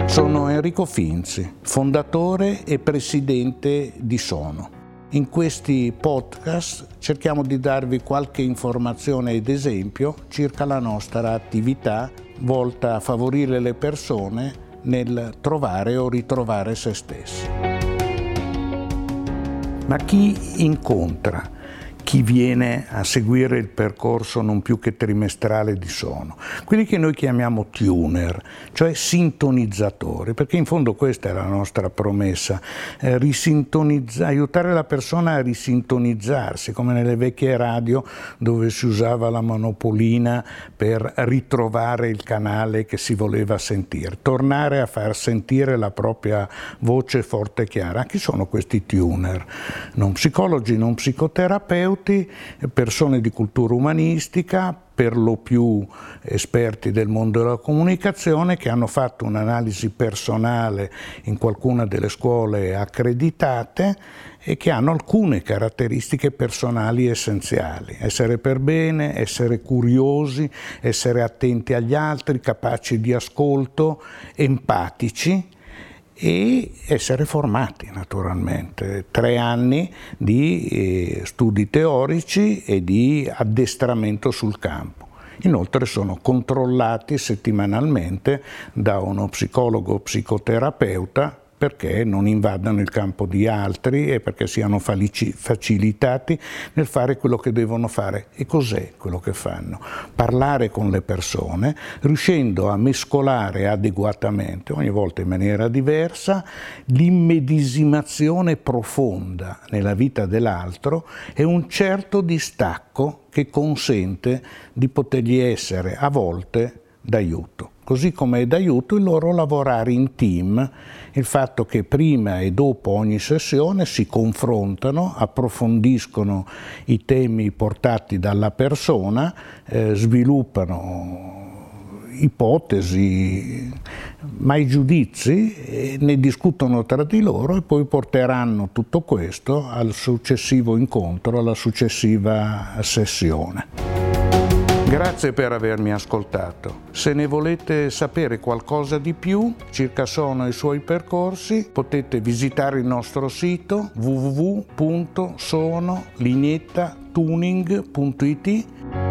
Sono Enrico Finzi, fondatore e presidente di Sono. In questi podcast cerchiamo di darvi qualche informazione ed esempio circa la nostra attività volta a favorire le persone nel trovare o ritrovare se stessi. Ma chi incontra? Chi viene a seguire il percorso non più che trimestrale di Sono? Quelli che noi chiamiamo tuner, cioè sintonizzatori, perché in fondo questa è la nostra promessa, aiutare la persona a risintonizzarsi, come nelle vecchie radio dove si usava la manopolina per ritrovare il canale che si voleva sentire, tornare a far sentire la propria voce forte e chiara. Chi sono questi tuner? Non psicologi, non psicoterapeuti, persone di cultura umanistica, per lo più esperti del mondo della comunicazione, che hanno fatto un'analisi personale in qualcuna delle scuole accreditate e che hanno alcune caratteristiche personali essenziali: essere per bene, essere curiosi, essere attenti agli altri, capaci di ascolto, empatici e essere formati naturalmente. 3 anni di studi teorici e di addestramento sul campo. Inoltre sono controllati settimanalmente da uno psicologo psicoterapeuta perché non invadano il campo di altri e perché siano facilitati nel fare quello che devono fare. E cos'è quello che fanno? Parlare con le persone, riuscendo a mescolare adeguatamente, ogni volta in maniera diversa, l'immedesimazione profonda nella vita dell'altro e un certo distacco che consente di potergli essere a volte d'aiuto. Così come è d'aiuto il loro lavorare in team, il fatto che prima e dopo ogni sessione si confrontano, approfondiscono i temi portati dalla persona, sviluppano ipotesi, mai giudizi, ne discutono tra di loro e poi porteranno tutto questo al successivo incontro, alla successiva sessione. Grazie per avermi ascoltato. Se ne volete sapere qualcosa di più circa Sono e i suoi percorsi, potete visitare il nostro sito www.sonoliniettatuning.it